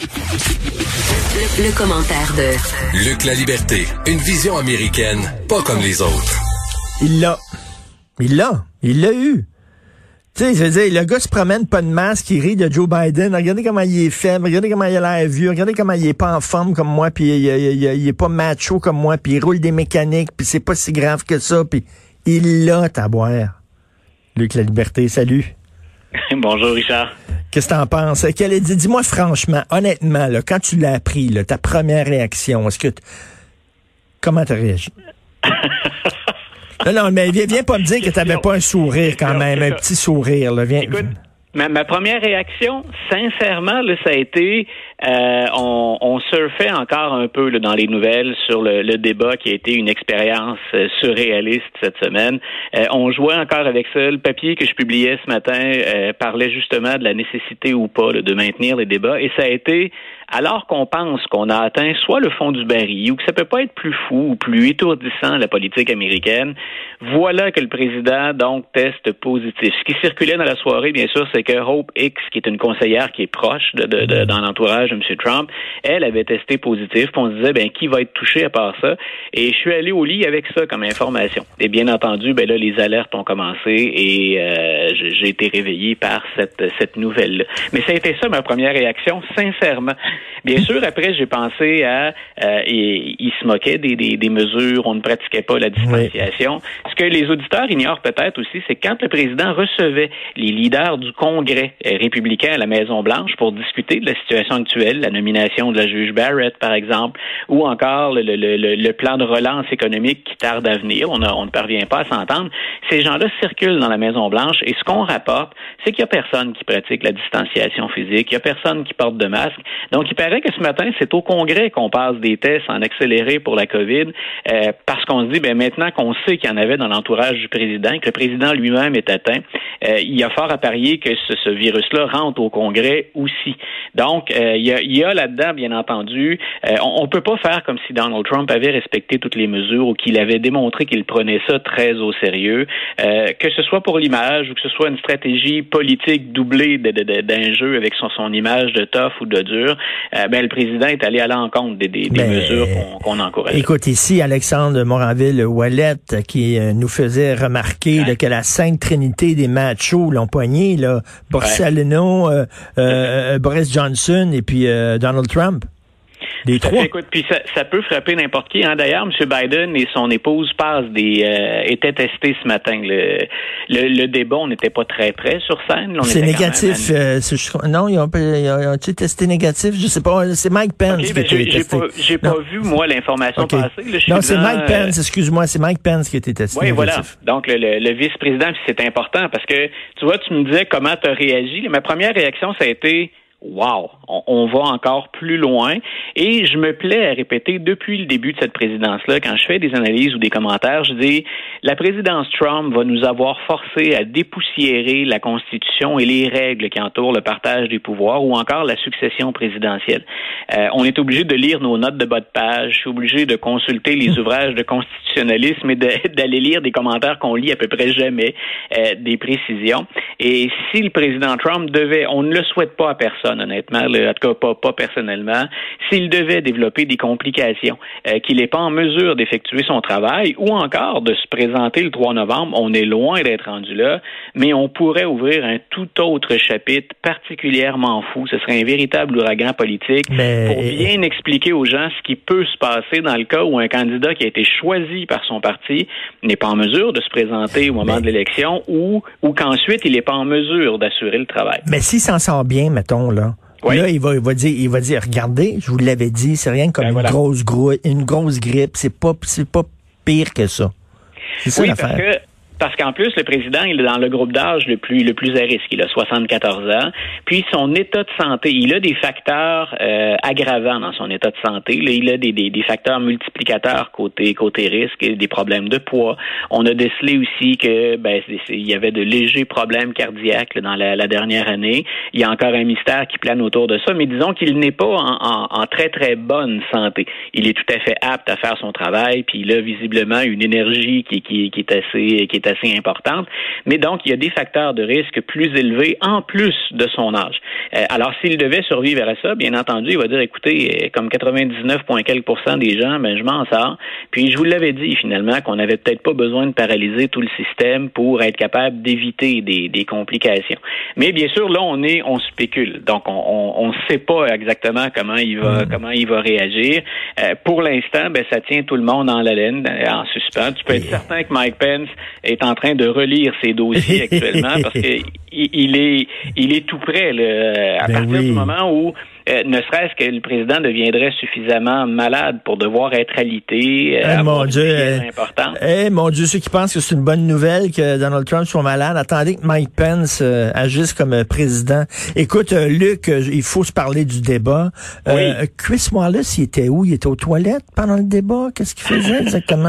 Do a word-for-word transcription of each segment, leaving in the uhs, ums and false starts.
Le, le commentaire de Luc La Liberté, une vision américaine, pas comme les autres. Il l'a. Il l'a. Il l'a eu. Tu sais, je veux dire, le gars se promène pas de masque, il rit de Joe Biden. Regardez comment il est faible, regardez comment il a l'air vieux, regardez comment il est pas en forme comme moi, puis il, il, il, il est pas macho comme moi, puis il roule des mécaniques, puis c'est pas si grave que ça, puis il l'a, à boire. Luc La Liberté, salut. Bonjour, Richard. Qu'est-ce que t'en penses? Quelle, dis-moi franchement, honnêtement, là, quand tu l'as appris, là, ta première réaction, est-ce que... T... Comment t'as réagi? non, non, mais viens, viens pas me dire que t'avais pas un sourire quand même, un petit sourire, là. Viens. Écoute, ma, ma première réaction, sincèrement, là, ça a été... Euh, on, on surfait encore un peu là, dans les nouvelles sur le, le débat qui a été une expérience euh, surréaliste cette semaine. Euh, on jouait encore avec ça. Le papier que je publiais ce matin euh, parlait justement de la nécessité ou pas là, de maintenir les débats. Et ça a été, alors qu'on pense qu'on a atteint soit le fond du baril ou que ça peut pas être plus fou ou plus étourdissant la politique américaine, voilà que le président donc teste positif. Ce qui circulait dans la soirée, bien sûr, c'est que Hope Hicks, qui est une conseillère qui est proche de, de, de, dans l'entourage de M. Trump, elle avait testé positif, puis on se disait, ben, qui va être touché à part ça? Et je suis allé au lit avec ça comme information. Et bien entendu, ben là, les alertes ont commencé et euh, j'ai été réveillé par cette, cette nouvelle-là. Mais ça a été ça ma première réaction, sincèrement. Bien sûr, après, j'ai pensé à, euh, et, il se moquait des, des, des mesures, on ne pratiquait pas la distanciation. Oui. Ce que les auditeurs ignorent peut-être aussi, c'est que quand le président recevait les leaders du Congrès républicain à la Maison-Blanche pour discuter de la situation actuelle, la nomination de la juge Barrett, par exemple, ou encore le, le, le, le plan de relance économique qui tarde à venir, on, a, on ne parvient pas à s'entendre, ces gens-là circulent dans la Maison-Blanche et ce qu'on rapporte, c'est qu'il n'y a personne qui pratique la distanciation physique, il n'y a personne qui porte de masque. Donc, il paraît que ce matin, c'est au Congrès qu'on passe des tests en accéléré pour la COVID, euh, parce qu'on se dit, ben maintenant qu'on sait qu'il y en avait dans l'entourage du président, que le président lui-même est atteint, euh, il y a fort à parier que ce, ce virus-là rentre au Congrès aussi. Donc, euh, il y a, il y a là-dedans, bien entendu, euh, on ne peut pas faire comme si Donald Trump avait respecté toutes les mesures ou qu'il avait démontré qu'il prenait ça très au sérieux, euh, que ce soit pour l'image ou que ce soit une stratégie politique doublée de, de, de, d'un jeu avec son, son image de tough ou de dur. Euh, ben, le président est allé à l'encontre des, des, des mesures qu'on, qu'on encourage. Écoute, ici, Alexandre Moranville-Ouellet qui euh, nous faisait remarquer ouais. là, que la sainte trinité des machos l'ont poigné, là, Borsalino, ouais. euh, euh, Boris Johnson et puis euh, Donald Trump. Des ça trois. Fait, écoute, puis ça, ça peut frapper n'importe qui. Hein. D'ailleurs, M. Biden et son épouse passent des euh, étaient testés ce matin. Le, le, le débat, on n'était pas très près sur scène. On c'est était négatif. Même... Euh, c'est, non, ils ont, ils ont, ils ont testé négatif. Je sais pas. C'est Mike Pence okay, qui ben, a été j'ai, testé. J'ai pas, j'ai pas vu moi l'information okay. passer. Là, non, c'est dans, Mike Pence. Excuse-moi, c'est Mike Pence qui a été testé. Oui, voilà. Donc le, le, le vice-président, c'est important parce que tu vois, tu me disais comment tu as réagi. Ma première réaction, ça a été wow, on, on va encore plus loin. Et je me plais à répéter depuis le début de cette présidence-là, quand je fais des analyses ou des commentaires, je dis la présidence Trump va nous avoir forcé à dépoussiérer la Constitution et les règles qui entourent le partage des pouvoirs ou encore la succession présidentielle. Euh, on est obligé de lire nos notes de bas de page, je suis obligé de consulter les ouvrages de constitutionnalisme et de, d'aller lire des commentaires qu'on lit à peu près jamais, euh, des précisions. Et si le président Trump devait, on ne le souhaite pas à personne, honnêtement, là, en tout cas pas, pas personnellement, s'il devait développer des complications, euh, qu'il n'est pas en mesure d'effectuer son travail ou encore de se présenter le trois novembre, on est loin d'être rendu là, mais on pourrait ouvrir un tout autre chapitre particulièrement fou. Ce serait un véritable ouragan politique mais... pour bien expliquer aux gens ce qui peut se passer dans le cas où un candidat qui a été choisi par son parti n'est pas en mesure de se présenter au moment mais... de l'élection ou, ou qu'ensuite il n'est pas en mesure d'assurer le travail. Mais s'il s'en sort bien, mettons, là, oui. Là, il va, il va dire, il va dire, regardez, je vous l'avais dit, c'est rien comme ben, une voilà. grosse grou- une grosse grippe, c'est pas, c'est pas pire que ça. C'est ça oui, l'affaire. Parce que Parce qu'en plus, le président, il est dans le groupe d'âge le plus le plus à risque. Il a soixante-quatorze ans. Puis, son état de santé, il a des facteurs euh, aggravants dans son état de santé. Là, il a des, des, des facteurs multiplicateurs côté côté risque, des problèmes de poids. On a décelé aussi que ben il y avait de légers problèmes cardiaques là, dans la, la dernière année. Il y a encore un mystère qui plane autour de ça, mais disons qu'il n'est pas en, en, en très, très bonne santé. Il est tout à fait apte à faire son travail, puis il a visiblement une énergie qui, qui, qui est assez qui est assez importante. Mais donc, il y a des facteurs de risque plus élevés en plus de son âge. Euh, alors, s'il devait survivre à ça, bien entendu, il va dire, écoutez, comme quatre-vingt-dix-neuf virgule quelques pour cent des gens, ben je m'en sors. Puis, je vous l'avais dit, finalement, qu'on n'avait peut-être pas besoin de paralyser tout le système pour être capable d'éviter des, des complications. Mais bien sûr, là, on est, on spécule. Donc, on ne sait pas exactement comment il va, mmh. comment il va réagir. Euh, pour l'instant, ben, ça tient tout le monde en haleine, en suspens. Tu peux être certain que Mike Pence est en train de relire ses dossiers actuellement parce que il est, il est tout prêt, là, à ben partir oui. du moment où Euh, ne serait-ce que le président deviendrait suffisamment malade pour devoir être alité. Euh, eh, mon Dieu, euh, important. Eh, mon Dieu, ceux qui pensent que c'est une bonne nouvelle que Donald Trump soit malade, attendez que Mike Pence euh, agisse comme euh, président. Écoute, euh, Luc, euh, il faut se parler du débat. Euh, oui. Chris Wallace, il était où? Il était aux toilettes pendant le débat? Qu'est-ce qu'il faisait exactement?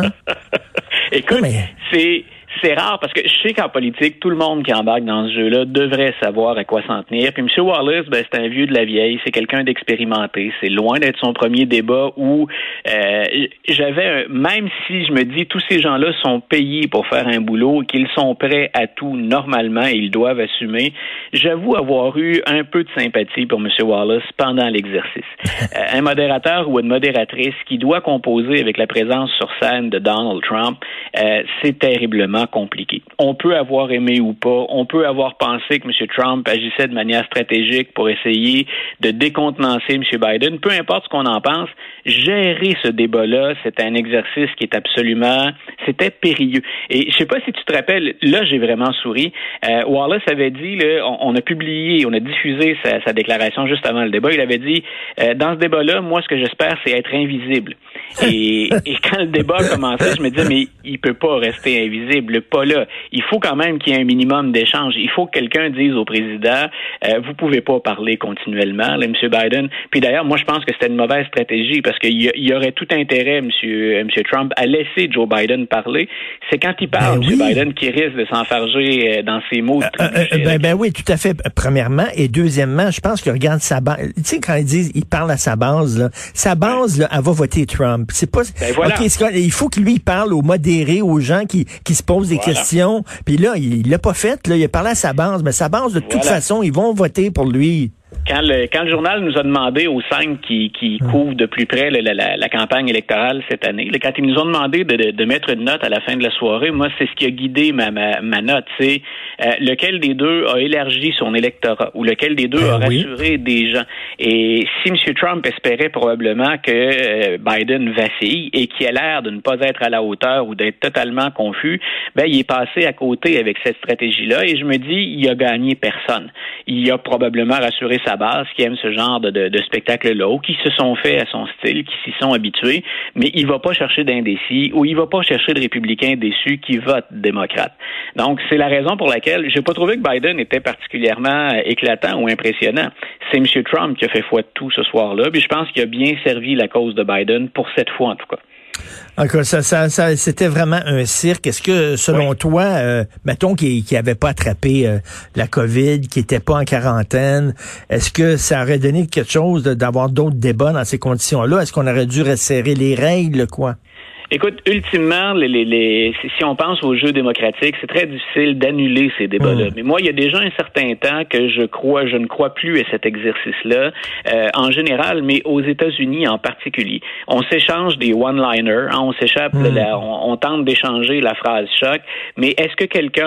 Écoute, mais... c'est... C'est rare parce que je sais qu'en politique, tout le monde qui embarque dans ce jeu-là devrait savoir à quoi s'en tenir. Puis M. Wallace, ben, c'est un vieux de la vieille, c'est quelqu'un d'expérimenté. C'est loin d'être son premier débat où euh, j'avais, un, même si je me dis tous ces gens-là sont payés pour faire un boulot et qu'ils sont prêts à tout normalement et ils doivent assumer, j'avoue avoir eu un peu de sympathie pour M. Wallace pendant l'exercice. Euh, un modérateur ou une modératrice qui doit composer avec la présence sur scène de Donald Trump, euh, c'est terriblement compliqué. On peut avoir aimé ou pas, on peut avoir pensé que M. Trump agissait de manière stratégique pour essayer de décontenancer M. Biden. Peu importe ce qu'on en pense, gérer ce débat-là, c'est un exercice qui est absolument, c'était périlleux. Et je sais pas si tu te rappelles, là j'ai vraiment souri. Euh, Wallace avait dit, là, on, on a publié, on a diffusé sa, sa déclaration juste avant le débat. Il avait dit, euh, dans ce débat-là, moi ce que j'espère, c'est être invisible. Et, et quand le débat a commencé, je me disais, mais il peut pas rester invisible, pas là. Il faut quand même qu'il y ait un minimum d'échange. Il faut que quelqu'un dise au président, euh, vous pouvez pas parler continuellement, là, M. Biden. Puis d'ailleurs, moi, je pense que c'était une mauvaise stratégie parce qu'il y, y aurait tout intérêt, M. M. Trump, à laisser Joe Biden parler. C'est quand il parle, ben oui. M. Biden, qui risque de s'enfarger dans ses mots. Euh, euh, ben, ben oui, tout à fait. Premièrement. Et deuxièmement, je pense qu'il regarde sa base. Tu sais, quand ils disent, il parle à sa base, là, sa base, là, elle va voter Trump. C'est pas, ben voilà. okay, c'est, il faut que lui, il parle aux modérés, aux gens qui, qui se posent des voilà. questions. Puis là, il l'a pas fait. Là, il a parlé à sa base. Mais sa base, de toute voilà. façon, ils vont voter pour lui. Quand le, quand le journal nous a demandé aux cinq qui, qui mmh. couvrent de plus près la, la, la campagne électorale cette année, là, quand ils nous ont demandé de, de, de mettre une note à la fin de la soirée, moi, c'est ce qui a guidé ma, ma, ma note. C'est euh, lequel des deux a élargi son électorat ou lequel des deux ben a oui. rassuré des gens. Et si M. Trump espérait probablement que euh, Biden vacille et qu'il a l'air de ne pas être à la hauteur ou d'être totalement confus, ben il est passé à côté avec cette stratégie-là. Et je me dis, il a gagné personne. Il a probablement rassuré sa base qui aiment ce genre de, de, de spectacle-là, ou qui se sont faits à son style, qui s'y sont habitués, mais il va pas chercher d'indécis ou il va pas chercher de républicains déçus qui votent démocrates. Donc, c'est la raison pour laquelle j'ai pas trouvé que Biden était particulièrement éclatant ou impressionnant. C'est M. Trump qui a fait foi de tout ce soir-là, puis je pense qu'il a bien servi la cause de Biden pour cette fois, en tout cas. Encore, ça, ça, ça, c'était vraiment un cirque. Est-ce que, selon oui. toi, euh, mettons qu'il qui avait pas attrapé euh, la COVID, qui était pas en quarantaine, est-ce que ça aurait donné quelque chose de, d'avoir d'autres débats dans ces conditions-là? Est-ce qu'on aurait dû resserrer les règles, quoi? Écoute, ultimement, les, les, les, si on pense aux jeux démocratiques, c'est très difficile d'annuler ces débats-là. Mmh. Mais moi, il y a déjà un certain temps que je crois, je ne crois plus à cet exercice-là, euh, en général, mais aux États-Unis en particulier. On s'échange des one-liners, hein, on s'échappe, mmh. la, on, on tente d'échanger la phrase choc, mais est-ce que quelqu'un,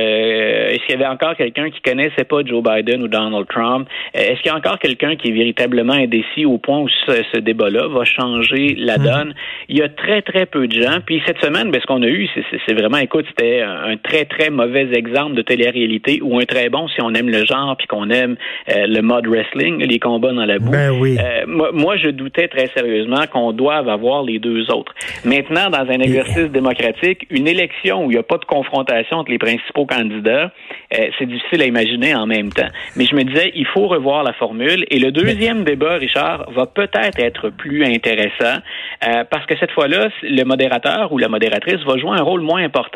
euh, est-ce qu'il y avait encore quelqu'un qui connaissait pas Joe Biden ou Donald Trump? Euh, est-ce qu'il y a encore quelqu'un qui est véritablement indécis au point où ce, ce débat-là va changer la donne? Mmh. Il y a très, très peu de gens. Puis cette semaine, ben, ce qu'on a eu, c'est, c'est, c'est vraiment, écoute, c'était un très, très mauvais exemple de télé-réalité ou un très bon si on aime le genre puis qu'on aime euh, le mode wrestling, les combats dans la boue. Ben oui. Euh, moi, moi, je doutais très sérieusement qu'on doive avoir les deux autres. Maintenant, dans un exercice Et... démocratique, une élection où il n'y a pas de confrontation entre les principaux candidats, euh, c'est difficile à imaginer en même temps. Mais je me disais, il faut revoir la formule. Et le deuxième Mais... débat, Richard, va peut-être être plus intéressant euh, parce que cette fois-là, le modérateur ou la modératrice va jouer un rôle moins important.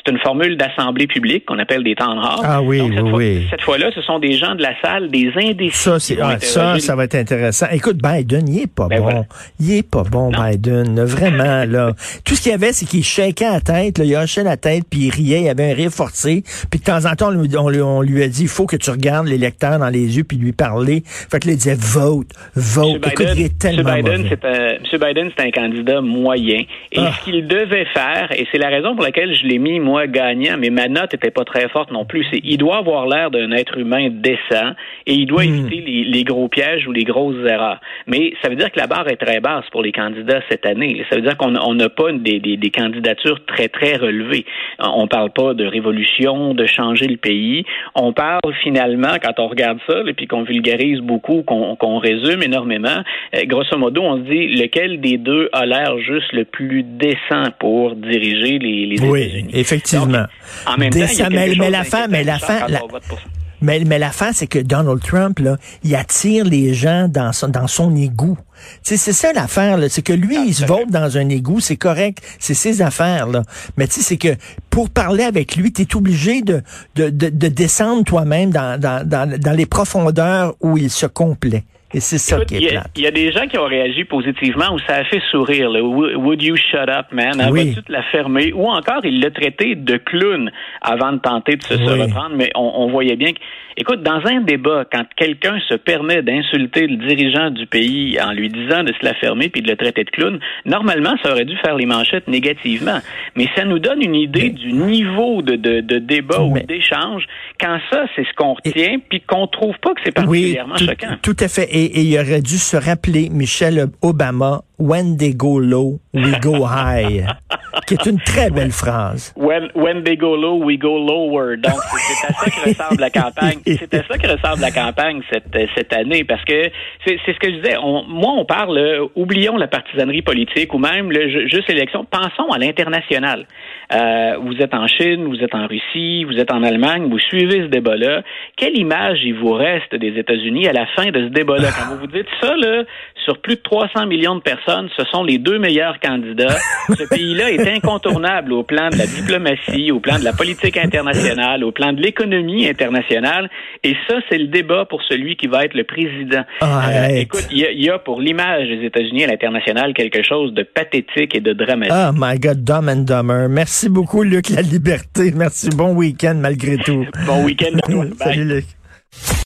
c'est une formule d'assemblée publique qu'on appelle des town halls. Ah oui, Donc, cette oui, fois, oui. Cette fois-là, ce sont des gens de la salle, des indécis. Ça, c'est, ah, ça, ça va être intéressant. Écoute, Biden, il est pas ben bon. Voilà. Il est pas bon, non. Biden. Là, vraiment, là. Tout ce qu'il y avait, c'est qu'il shakeait la tête, là, il hochait la tête, puis il riait, il avait un rire forcé. Puis de temps en temps, on lui, on, lui, on lui a dit, il faut que tu regardes l'électeur dans les yeux, puis lui parler. Fait que là, il disait, vote, vote. Biden, Écoute, il est tellement M. Biden, mauvais. c'est un, M. Biden, c'est un candidat moyen. Et ah. ce qu'il devait faire, et c'est la raison pour laquelle je l'ai mis, moi, gagnant, mais ma note était pas très forte non plus, c'est il doit avoir l'air d'un être humain décent et il doit mmh. éviter les, les gros pièges ou les grosses erreurs. Mais ça veut dire que la barre est très basse pour les candidats cette année. Ça veut dire qu'on n'a pas des, des, des candidatures très, très relevées. On parle pas de révolution, de changer le pays. On parle finalement, quand on regarde ça, et puis qu'on vulgarise beaucoup, qu'on, qu'on résume énormément, euh, grosso modo, on se dit lequel des deux a l'air juste le plus décent pour diriger les, les oui, États-Unis. Oui, effectivement. Donc, en même décent, temps, il y a mais, mais la fin, mais la fin, la... Mais, mais l'affaire, c'est que Donald Trump, là, il attire les gens dans son, dans son égout. Tu sais, c'est ça l'affaire, là. C'est que lui, ah, il se vote dans un égout, c'est correct. C'est ses affaires, là. Mais tu sais, c'est que pour parler avec lui, t'es obligé de, de, de, de descendre toi-même dans, dans, dans, dans les profondeurs où il se complaît. Et c'est ça Écoute, qui est y a, plate. Il y a des gens qui ont réagi positivement où ça a fait sourire. Là. Would you shut up, man? Hein, oui. Vas-tu te la fermer? Ou encore, il l'a traité de clown avant de tenter de se, oui. se reprendre. Mais on, on voyait bien que... Écoute, dans un débat, quand quelqu'un se permet d'insulter le dirigeant du pays en lui disant de se la fermer puis de le traiter de clown, normalement, ça aurait dû faire les manchettes négativement. Mais ça nous donne une idée mais... du niveau de, de, de débat mais... ou d'échange quand ça, c'est ce qu'on retient puis qu'on trouve pas que c'est particulièrement oui, tout, choquant. Tout à fait. Et, et il aurait dû se rappeler, Michelle Obama, when they go low, we go high, qui est une très belle phrase. When, when they go low, we go lower. Donc, c'est à ça que ressemble la campagne. C'est à ça que ressemble la campagne cette, cette année, parce que c'est, c'est ce que je disais. On, moi, on parle, euh, oublions la partisanerie politique ou même le, juste l'élection. Pensons à l'international. Euh, vous êtes en Chine, vous êtes en Russie, vous êtes en Allemagne, vous suivez ce débat-là. Quelle image il vous reste des États-Unis à la fin de ce débat-là? Quand vous vous dites ça, là, sur plus de trois cents millions de personnes, ce sont les deux meilleurs candidats. Ce pays-là est incontournable au plan de la diplomatie, au plan de la politique internationale, au plan de l'économie internationale. Et ça, c'est le débat pour celui qui va être le président. Euh, écoute, il y, y a pour l'image des États-Unis à l'international quelque chose de pathétique et de dramatique. Oh my God, Dumb and Dumber. Merci beaucoup, Luc La Liberté. Merci. Bon week-end malgré tout. Bon week-end à toi. Bye. Salut, Luc.